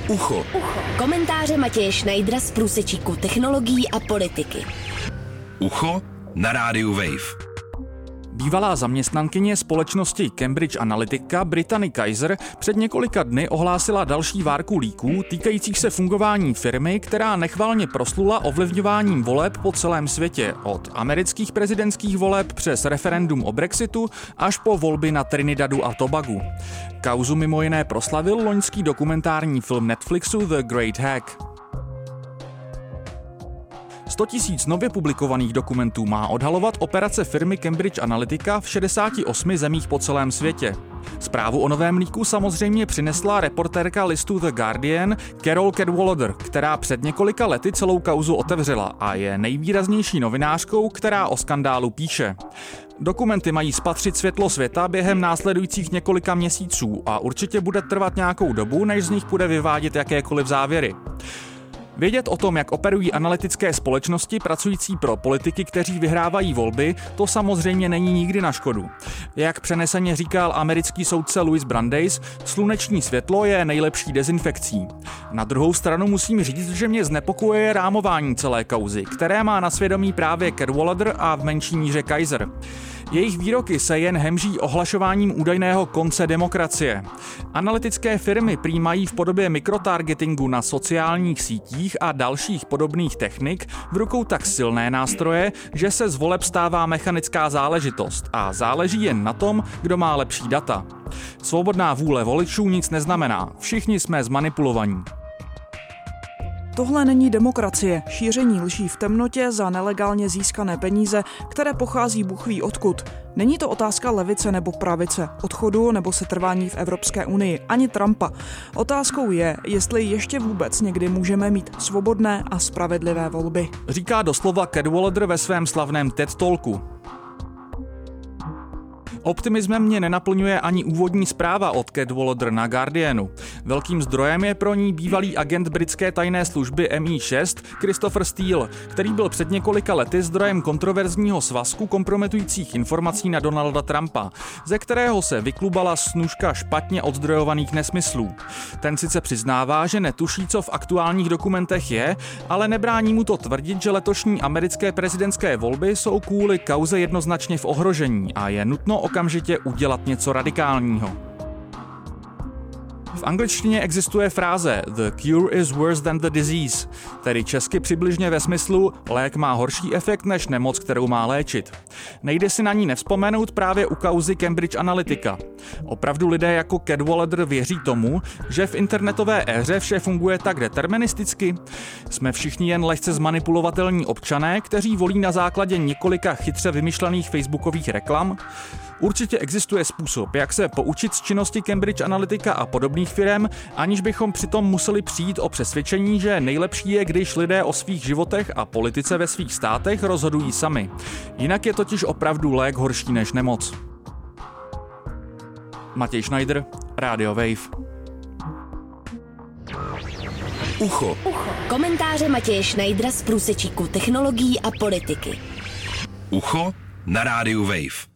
Ucho. Komentáře Matěje Schneidera z průsečíku technologií a politiky. Ucho na rádiu Wave. Bývalá zaměstnankyně společnosti Cambridge Analytica Brittany Kaiser před několika dny ohlásila další várku líků týkajících se fungování firmy, která nechvalně proslula ovlivňováním voleb po celém světě, od amerických prezidentských voleb přes referendum o Brexitu až po volby na Trinidadu a Tobagu. Kauzu mimo jiné proslavil loňský dokumentární film Netflixu The Great Hack. 100 000 nově publikovaných dokumentů má odhalovat operace firmy Cambridge Analytica v 68 zemích po celém světě. Zprávu o novém líku samozřejmě přinesla reportérka listu The Guardian Carol Cadwalader, která před několika lety celou kauzu otevřela a je nejvýraznější novinářkou, která o skandálu píše. Dokumenty mají spatřit světlo světa během následujících několika měsíců a určitě bude trvat nějakou dobu, než z nich bude vyvádět jakékoliv závěry. Vědět o tom, jak operují analytické společnosti pracující pro politiky, kteří vyhrávají volby, to samozřejmě není nikdy na škodu. Jak přeneseně říkal americký soudce Louis Brandeis, sluneční světlo je nejlepší dezinfekcí. Na druhou stranu musím říct, že mě znepokojuje rámování celé kauzy, které má na svědomí právě Cadwalader a v menší míře Kaiser. Jejich výroky se jen hemží ohlašováním údajného konce demokracie. Analytické firmy prý mají v podobě mikrotargetingu na sociálních sítích a dalších podobných technik v rukou tak silné nástroje, že se z voleb stává mechanická záležitost a záleží jen na tom, kdo má lepší data. Svobodná vůle voličů nic neznamená, všichni jsme zmanipulovaní. Tohle není demokracie, šíření lží v temnotě za nelegálně získané peníze, které pochází bůh ví odkud. Není to otázka levice nebo pravice, odchodu nebo setrvání v Evropské unii, ani Trumpa. Otázkou je, jestli ještě vůbec někdy můžeme mít svobodné a spravedlivé volby. Říká doslova Cadwalader ve svém slavném TED Talku. Optimismem mě nenaplňuje ani úvodní zpráva od Cadwalader na Guardianu. Velkým zdrojem je pro ní bývalý agent britské tajné služby MI6 Christopher Steele, který byl před několika lety zdrojem kontroverzního svazku kompromitujících informací na Donalda Trumpa, ze kterého se vyklubala snůška špatně odzdrojovaných nesmyslů. Ten sice přiznává, že netuší, co v aktuálních dokumentech je, ale nebrání mu to tvrdit, že letošní americké prezidentské volby jsou kvůli kauze jednoznačně v ohrožení a je nutno okamžitě udělat něco radikálního. V angličtině existuje fráze "The cure is worse than the disease", tedy česky přibližně ve smyslu lék má horší efekt než nemoc, kterou má léčit. Nejde si na ní nevzpomenout právě u kauzy Cambridge Analytica. Opravdu lidé jako Cadwalader věří tomu, že v internetové éře vše funguje tak deterministicky? Jsme všichni jen lehce zmanipulovatelní občané, kteří volí na základě několika chytře vymyšlených facebookových reklam? Určitě existuje způsob, jak se poučit z činnosti Cambridge Analytica a podobných firem, aniž bychom přitom museli přijít o přesvědčení, že nejlepší je, když lidé o svých životech a politice ve svých státech rozhodují sami. Jinak je totiž opravdu lék horší než nemoc. Matěj Schneider, Radio Wave. Ucho. Komentáře Matěje Schneidera z průsečíku technologií a politiky. Ucho na rádiu Wave.